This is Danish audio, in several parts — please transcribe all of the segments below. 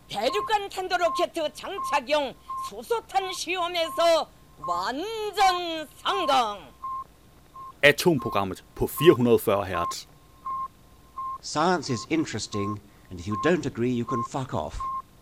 대륙간 탄도로켓 장착용 수소탄 시험에서 완전 성공. Atomprogrammet på 440 Hz. Science is interesting, and if you don't agree, you can fuck off.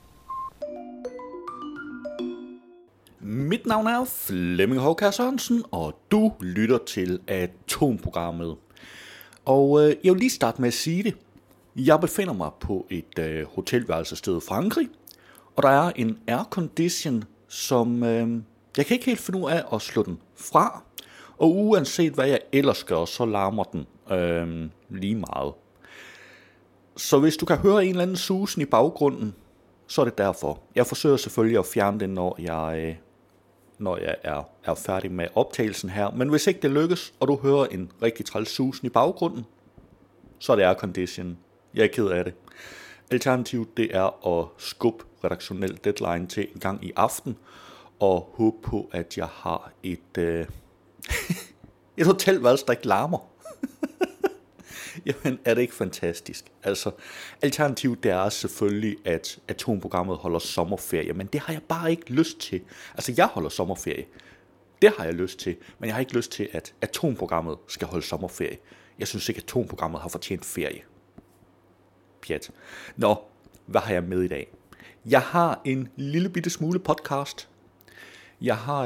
Mit navn er Flemming Håkær Sørensen, og du lytter til Atomprogrammet. Og jeg vil lige starte med at sige det. Jeg befinder mig på et hotelværelsessted i Frankrig, og der er en aircondition, som jeg kan ikke helt finde ud af at slå den fra. Og uanset hvad jeg ellers gør, så larmer den lige meget. Så hvis du kan høre en eller anden susen i baggrunden, så er det derfor. Jeg forsøger selvfølgelig at fjerne det, når jeg er færdig med optagelsen her. Men hvis ikke det lykkes, og du hører en rigtig træls susen i baggrunden, så er det aircondition. Jeg er ked af det. Alternativet det er at skubbe redaktionel deadline til en gang i aften, og håbe på, at jeg har et hotelværelse, der ikke larmer. Jamen, er det ikke fantastisk? Altså, alternativet det er selvfølgelig, at Atomprogrammet holder sommerferie, men det har jeg bare ikke lyst til. Altså, jeg holder sommerferie. Det har jeg lyst til, men jeg har ikke lyst til, at Atomprogrammet skal holde sommerferie. Jeg synes ikke, at Atomprogrammet har fortjent ferie. Pjat. Nå, hvad har jeg med i dag? Jeg har en lille bitte smule podcast. Jeg har...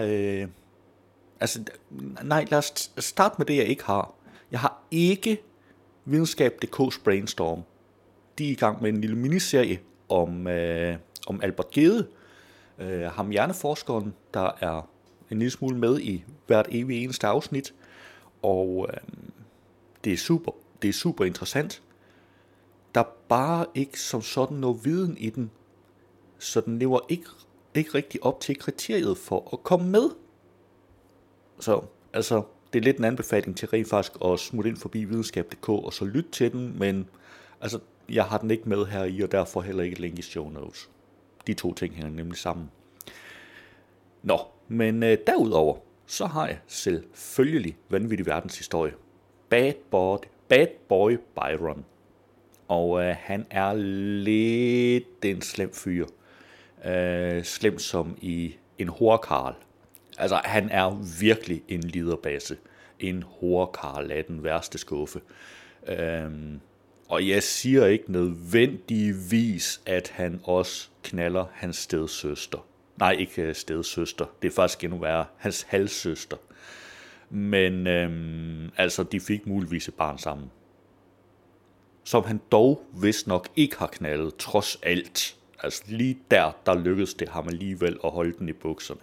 lad os starte med det, jeg ikke har. Jeg har ikke Videnskab.dk's Brainstorm. De er i gang med en lille miniserie om Albert Gede. Ham hjerneforskeren, der er en lille smule med i hvert evig eneste afsnit. Og det er super interessant. Der er bare ikke som sådan noget viden i den. Så den lever ikke rigtig op til kriteriet for at komme med. Så altså, det er lidt en anbefaling til rent faktisk at smutte ind forbi videnskab.dk og så lytte til den, men altså, jeg har den ikke med her i, og derfor heller ikke et link i show notes. De to ting hænger nemlig sammen. Nå, men derudover, så har jeg selvfølgelig vanvittig verdenshistorie. Bad Boy Byron. Og han er lidt en slem fyr. Slem som i en horkarl. Altså, han er virkelig en liderbasse. En horkarl af den værste skuffe. Og jeg siger ikke nødvendigvis, at han også knaller hans stedsøster. Nej, ikke stedsøster. Det er faktisk endnu værre. Hans halvsøster. Men altså, de fik muligvis et barn sammen. Som han dog vist nok ikke har knaldet, trods alt. Altså lige der lykkedes det ham alligevel at holde den i bukserne.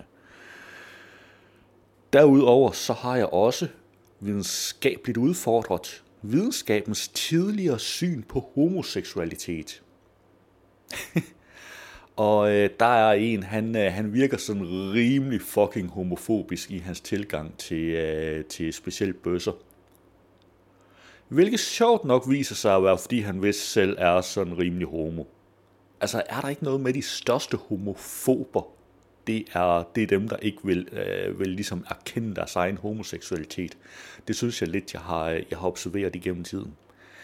Derudover så har jeg også videnskabeligt udfordret videnskabens tidligere syn på homoseksualitet. Og der er en, han virker sådan rimelig fucking homofobisk i hans tilgang til specielt bøsser. Hvilket sjovt nok viser sig at være, fordi han vist selv er sådan rimelig homo. Altså, er der ikke noget med de største homofober? Det er dem, der ikke vil ligesom erkende deres egen homoseksualitet. Det synes jeg lidt, jeg har observeret igennem tiden.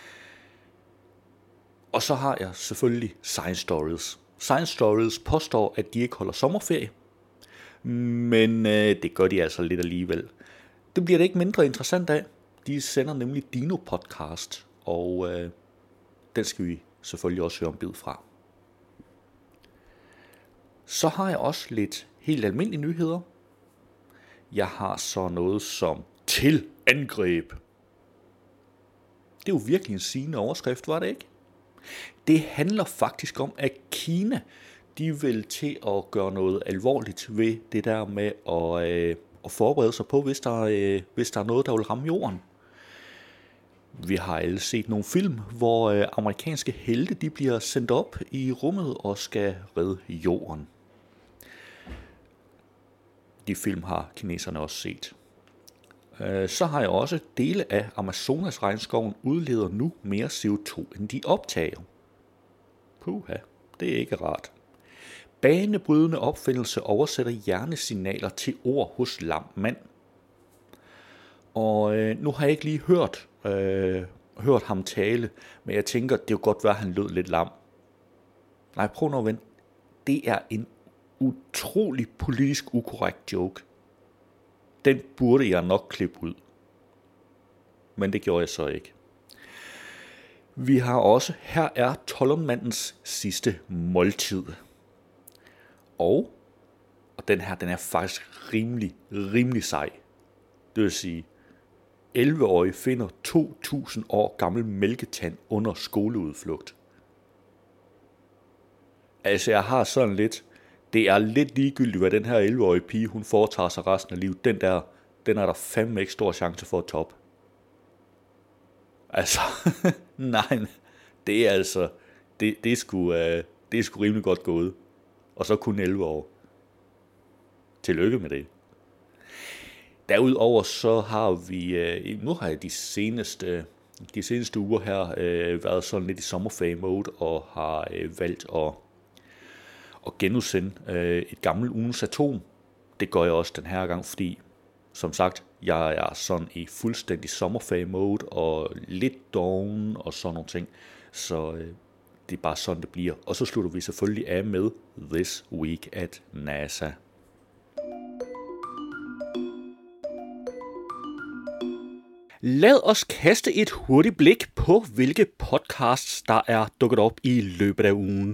Og så har jeg selvfølgelig Science Stories. Science Stories påstår, at de ikke holder sommerferie. Men det gør de altså lidt alligevel. Det bliver det ikke mindre interessant af. De sender nemlig Dino Podcast, og den skal vi selvfølgelig også høre en bid fra. Så har jeg også lidt helt almindelige nyheder. Jeg har så noget som til angreb. Det er jo virkelig en sigende overskrift, var det ikke? Det handler faktisk om, at Kina, de vil til at gøre noget alvorligt ved det der med at forberede sig på, hvis der er noget, der vil ramme jorden. Vi har alle set nogle film, hvor amerikanske helte de bliver sendt op i rummet og skal redde jorden. De film har kineserne også set. Så har jeg også dele af Amazonas regnskoven udleder nu mere CO2 end de optager. Puha, det er ikke rart. Banebrydende opfindelse oversætter hjernesignaler til ord hos lam mand. Og nu har jeg ikke lige hørt ham tale, men jeg tænker, det er jo godt være, at han lød lidt lam. Nej, prøv nu at vente. det er en utrolig politisk ukorrekt joke. Den burde jeg nok klippe ud. Men det gjorde jeg så ikke. Vi har også, her er Tollundmandens sidste måltid. Og den her, den er faktisk rimelig sej. Det vil sige, 11-årige finder 2000 år gammel mælketand under skoleudflugt. Altså, jeg har sådan lidt, det er lidt ligegyldigt, hvad den her 11-årige pige, hun foretager sig resten af livet. Den er der fandme ikke stor chance for at toppe. Altså, nej, det er altså, det er sgu rimelig godt gået. Og så kun 11 år. Tillykke med det. Derudover så har vi, nu har jeg de seneste uger her været sådan lidt i sommerferie-mode og har valgt at genudsende et gammelt ugens atom. Det gør jeg også den her gang, fordi som sagt, jeg er sådan i fuldstændig sommerferie-mode og lidt doven og sådan nogle ting. Så det er bare sådan, det bliver. Og så slutter vi selvfølgelig af med This Week at NASA. Lad os kaste et hurtigt blik på, hvilke podcasts, der er dukket op i løbet af ugen.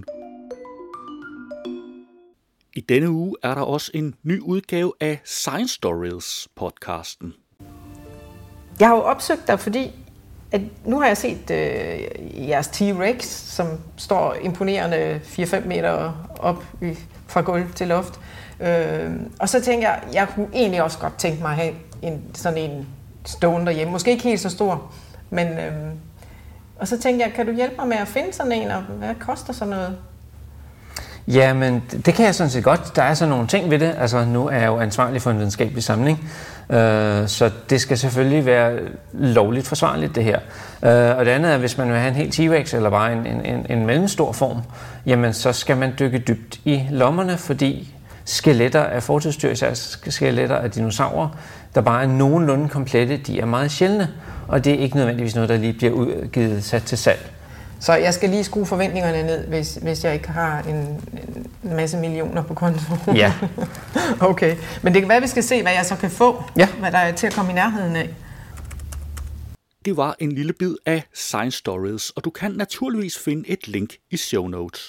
I denne uge er der også en ny udgave af Science Stories podcasten. Jeg har jo opsøgt dig, fordi at nu har jeg set jeres T-Rex, som står imponerende 4-5 meter op fra gulv til loft. Og så tænker jeg kunne egentlig også godt tænke mig at have sådan en stående derhjemme. Måske ikke helt så stor, men... og så tænkte jeg, kan du hjælpe mig med at finde sådan en, og hvad koster sådan noget? Ja, men det kan jeg sådan set godt. Der er sådan nogle ting ved det. Altså, nu er jeg jo ansvarlig for en videnskabelig samling, så det skal selvfølgelig være lovligt forsvarligt, det her. Og det andet er, hvis man vil have en helt T-Rex, eller bare en mellemstor form, jamen så skal man dykke dybt i lommerne, fordi skeletter af fortidsdyr, især skeletter af dinosaurer, der bare er nogenlunde komplette, de er meget sjældne, og det er ikke nødvendigvis noget, der lige bliver udgivet sat til salg. Så jeg skal lige skrue forventningerne ned, hvis jeg ikke har en masse millioner på kontoen? Ja. Okay, men det kan være, vi skal se, hvad jeg så kan få, ja. Hvad der er til at komme i nærheden af. Det var en lille bid af Science Stories, og du kan naturligvis finde et link i show notes.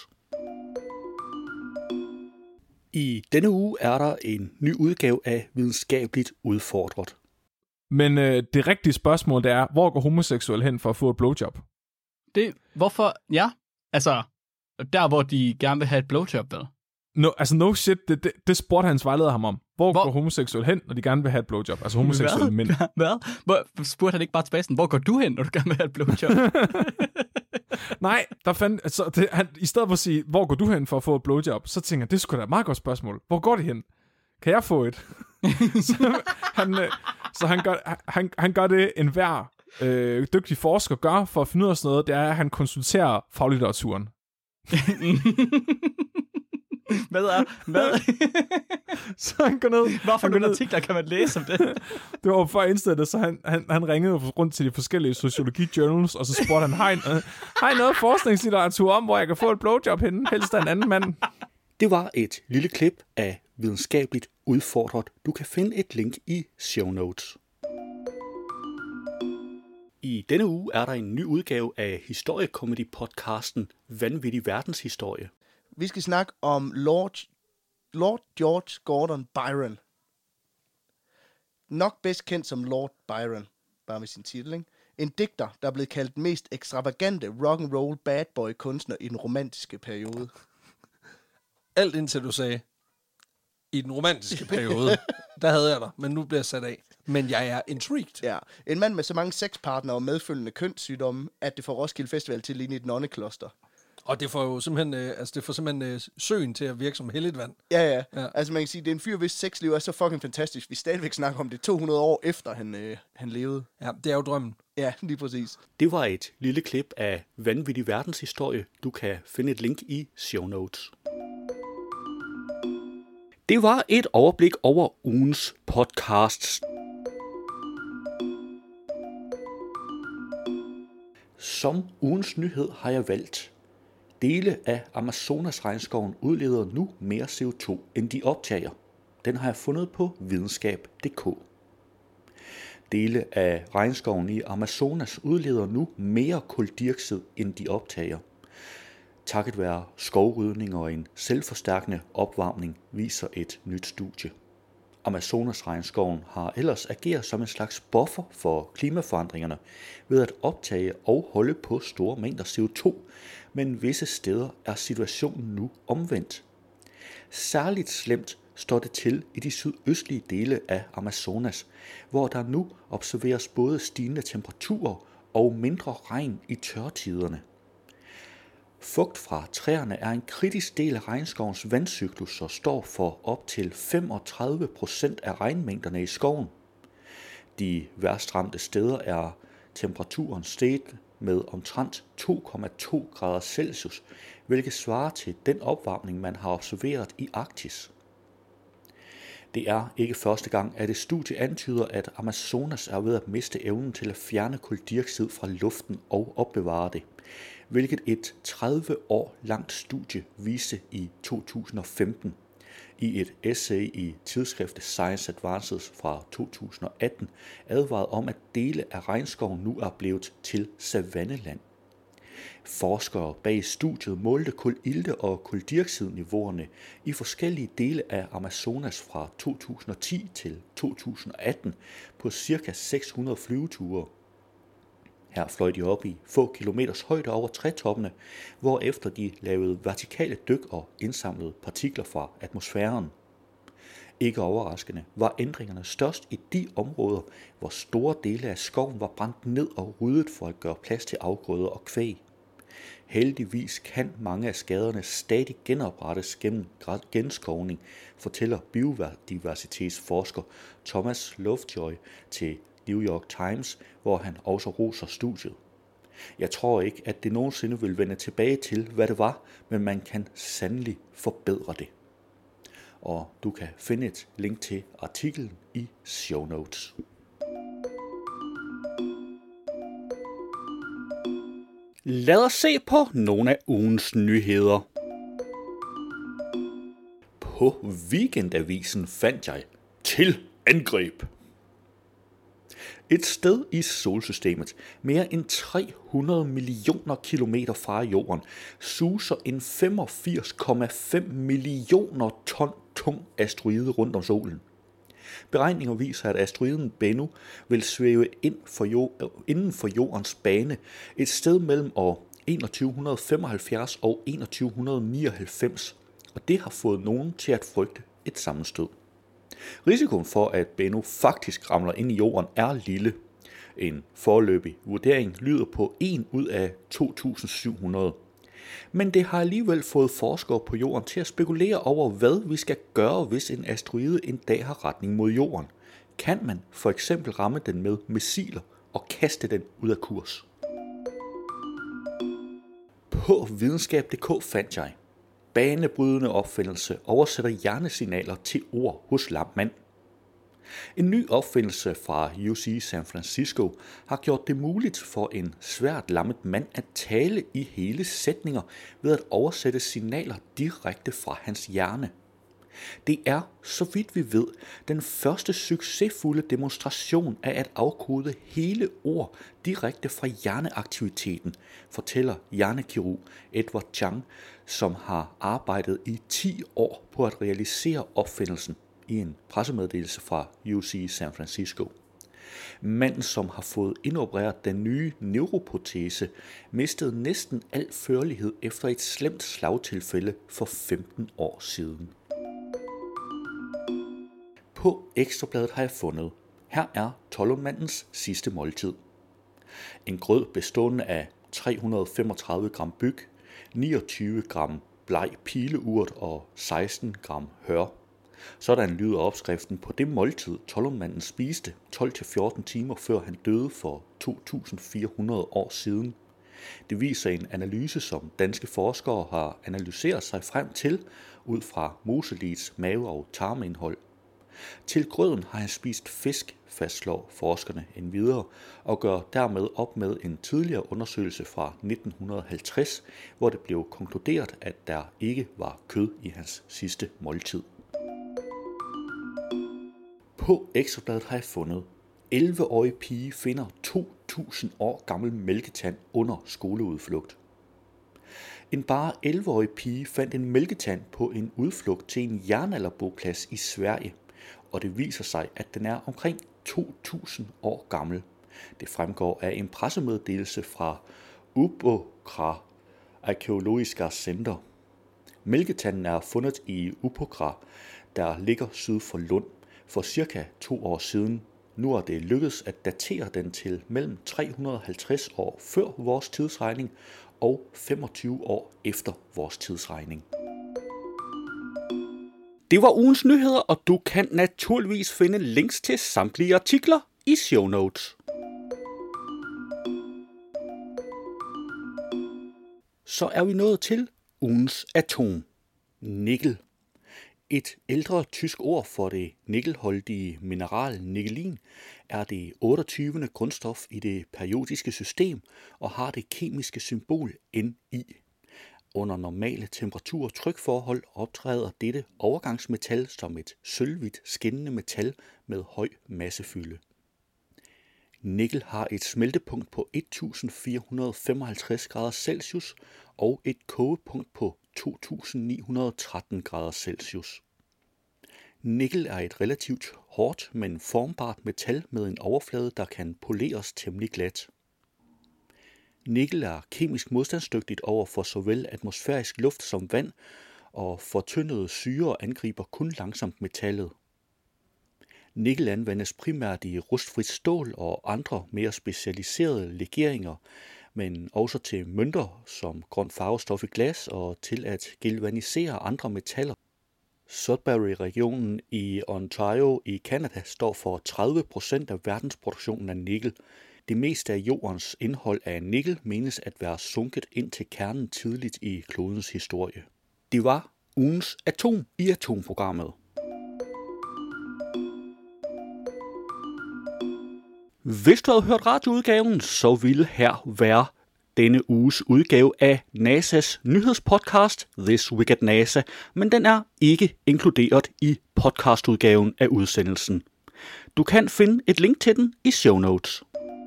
I denne uge er der en ny udgave af Videnskabeligt Udfordret. Men det rigtige spørgsmål, det er, hvor går homoseksuelle hen for at få et blowjob? Hvorfor? Ja, altså, der hvor de gerne vil have et blowjob, vel? No shit, det spurgte hans vejleder ham om. Hvor går homoseksuelle hen, når de gerne vil have et blowjob? Altså homoseksuelle mænd. Hvad? Spurgte han ikke bare tilbage, hvor går du hen, når du gerne vil have et blowjob? Nej, i stedet for at sige, hvor går du hen for at få et blowjob, så tænker jeg, det er sgu da et meget godt spørgsmål. Hvor går de hen? Kan jeg få et? så han gør det enhver dygtig forsker gør for at finde ud af sådan noget, det er, at han konsulterer faglitteraturen. Hvad? Så han går ned. Hvorfor nogle artikler kan man læse om det? Det var før internettet, så han ringede rundt til de forskellige sociologi-journals, og så spurgte han, har I noget forskningslitteratur om, hvor jeg kan få et blowjob henne, helst af en anden mand? Det var et lille klip af Videnskabeligt Udfordret. Du kan finde et link i show notes. I denne uge er der en ny udgave af historiekomedy-podcasten Vanvittig Verdenshistorie. Vi skal snakke om Lord George Gordon Byron. Nok bedst kendt som Lord Byron, bare med sin titel, ikke? En digter, der er blevet kaldt den mest ekstravagante rock'n'roll bad boy kunstner i den romantiske periode. Alt indtil du sagde, i den romantiske periode, der havde jeg dig, men nu bliver jeg sat af. Men jeg er intrigued. Ja, en mand med så mange sexpartnere og medfølgende kønssygdomme, at det får Roskilde Festival til at ligne et nonnekloster. Og det får jo simpelthen, søen til at virke som helligt vand. Ja. Altså man kan sige, det er en fyr, hvis sexliv er så fucking fantastisk. Vi stadigvæk snakker om det 200 år efter, han levede. Ja, det er jo drømmen. Ja, lige præcis. Det var et lille klip af Vanvittig Verdenshistorie. Du kan finde et link i show notes. Det var et overblik over ugens podcasts. Som ugens nyhed har jeg valgt Dele af Amazonas-regnskoven udleder nu mere CO2, end de optager. Den har jeg fundet på videnskab.dk. Dele af regnskoven i Amazonas udleder nu mere kuldioxid, end de optager. Takket være skovrydning og en selvforstærkende opvarmning, viser et nyt studie. Amazonas-regnskoven har ellers ageret som en slags buffer for klimaforandringerne ved at optage og holde på store mængder CO2, men visse steder er situationen nu omvendt. Særligt slemt står det til i de sydøstlige dele af Amazonas, hvor der nu observeres både stigende temperaturer og mindre regn i tørtiderne. Fugt fra træerne er en kritisk del af regnskovens vandcyklus og står for op til 35% af regnmængderne i skoven. De værst ramte steder er temperaturen steget med omtrent 2,2 grader Celsius, hvilket svarer til den opvarmning, man har observeret i Arktis. Det er ikke første gang, at et studie antyder, at Amazonas er ved at miste evnen til at fjerne kuldioxid fra luften og opbevare det, hvilket et 30 år langt studie viste i 2015. I et essay i tidsskriftet Science Advances fra 2018 advarede om, at dele af regnskoven nu er blevet til savanneland. Forskere bag studiet målte kulilte- og kuldioxidniveauerne i forskellige dele af Amazonas fra 2010 til 2018 på ca. 600 flyveture. Her fløj de op i få kilometers højde over trætoppene, hvorefter de lavede vertikale dyk og indsamlede partikler fra atmosfæren. Ikke overraskende var ændringerne størst i de områder, hvor store dele af skoven var brændt ned og ryddet for at gøre plads til afgrøder og kvæg. Heldigvis kan mange af skaderne stadig genoprettes gennem genskovning, fortæller biodiversitetsforsker Thomas Lovejoy til New York Times, hvor han også roser studiet. Jeg tror ikke, at det nogensinde vil vende tilbage til, hvad det var, men man kan sandelig forbedre det. Og du kan finde et link til artiklen i show notes. Lad os se på nogle af ugens nyheder. På Weekendavisen fandt jeg til angreb. Et sted i solsystemet, mere end 300 millioner kilometer fra jorden, suser en 85,5 millioner ton tung asteroide rundt om solen. Beregninger viser, at asteroiden Bennu vil svæve inden for jordens bane et sted mellem år 2175 og 2199, og det har fået nogen til at frygte et sammenstød. Risikoen for, at Bennu faktisk ramler ind i jorden, er lille. En foreløbig vurdering lyder på 1 ud af 2.700. Men det har alligevel fået forskere på jorden til at spekulere over, hvad vi skal gøre, hvis en asteroide en dag har retning mod jorden. Kan man for eksempel ramme den med missiler og kaste den ud af kurs? På videnskab.dk fandt jeg: banebrydende opfindelse oversætter hjernesignaler til ord hos lam mand. En ny opfindelse fra UC San Francisco har gjort det muligt for en svært lammet mand at tale i hele sætninger ved at oversætte signaler direkte fra hans hjerne. Det er, så vidt vi ved, den første succesfulde demonstration af at afkode hele ord direkte fra hjerneaktiviteten, fortæller hjernekirurg Edward Chang, som har arbejdet i 10 år på at realisere opfindelsen, i en pressemeddelelse fra UC San Francisco. Manden, som har fået indopereret den nye neuroprotese, mistede næsten al førlighed efter et slemt slagtilfælde for 15 år siden. På Ekstrabladet har jeg fundet: her er Tollundmandens sidste måltid. En grød bestående af 335 gram byg, 29 gram bleg pileurt og 16 gram hør. Sådan lyder opskriften på det måltid, Tollundmanden spiste 12-14 timer før han døde for 2.400 år siden. Det viser en analyse, som danske forskere har analyseret sig frem til ud fra moseligets mave- og tarmindhold. Til grøden har han spist fisk, fastslår forskerne endvidere, og gør dermed op med en tidligere undersøgelse fra 1950, hvor det blev konkluderet, at der ikke var kød i hans sidste måltid. På Ekstrabladet har jeg fundet, 11-årig pige finder 2.000 år gammel mælketand under skoleudflugt. En bare 11-årig pige fandt en mælketand på en udflugt til en jernalderboplads i Sverige, og det viser sig, at den er omkring 2.000 år gammel. Det fremgår af en pressemeddelelse fra Upokra Arkeologiska Center. Mælketanden er fundet i Upokra, der ligger syd for Lund, for cirka 2 år siden. Nu er det lykkedes at datere den til mellem 350 år før vores tidsregning og 25 år efter vores tidsregning. Det var ugens nyheder, og du kan naturligvis finde links til samtlige artikler i show notes. Så er vi nået til ugens atom. Nikkel. Et ældre tysk ord for det nikkelholdige mineral nikkelin er det 28. grundstof i det periodiske system og har det kemiske symbol Ni. Under normale temperatur- og trykforhold optræder dette overgangsmetal som et sølvhvidt skinnende metal med høj massefylde. Nikkel har et smeltepunkt på 1455 grader Celsius og et kogepunkt på 2913 grader Celsius. Nikkel er et relativt hårdt, men formbart metal med en overflade, der kan poleres temmelig glat. Nikkel er kemisk modstandsdygtigt over for såvel atmosfærisk luft som vand, og fortyndede syrer angriber kun langsomt metallet. Nikkel anvendes primært i rustfrit stål og andre mere specialiserede legeringer, men også til mønter som grønt farvestof i glas og til at galvanisere andre metaller. Sudbury-regionen i Ontario i Canada står for 30% af verdensproduktionen af nikkel. Det meste af jordens indhold af nikkel menes at være sunket ind til kernen tidligt i klodens historie. Det var ugens atom i atomprogrammet. Hvis du havde hørt radioudgaven, så ville her være denne uges udgave af NASA's nyhedspodcast This Week at NASA, men den er ikke inkluderet i podcastudgaven af udsendelsen. Du kan finde et link til den i show notes.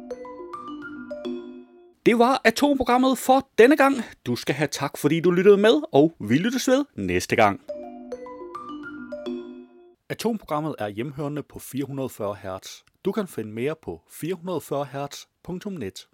Det var atomprogrammet for denne gang. Du skal have tak, fordi du lyttede med, og vi lyttes ved næste gang. Atomprogrammet er hjemhørende på 440 Hz. Du kan finde mere på 440hz.net.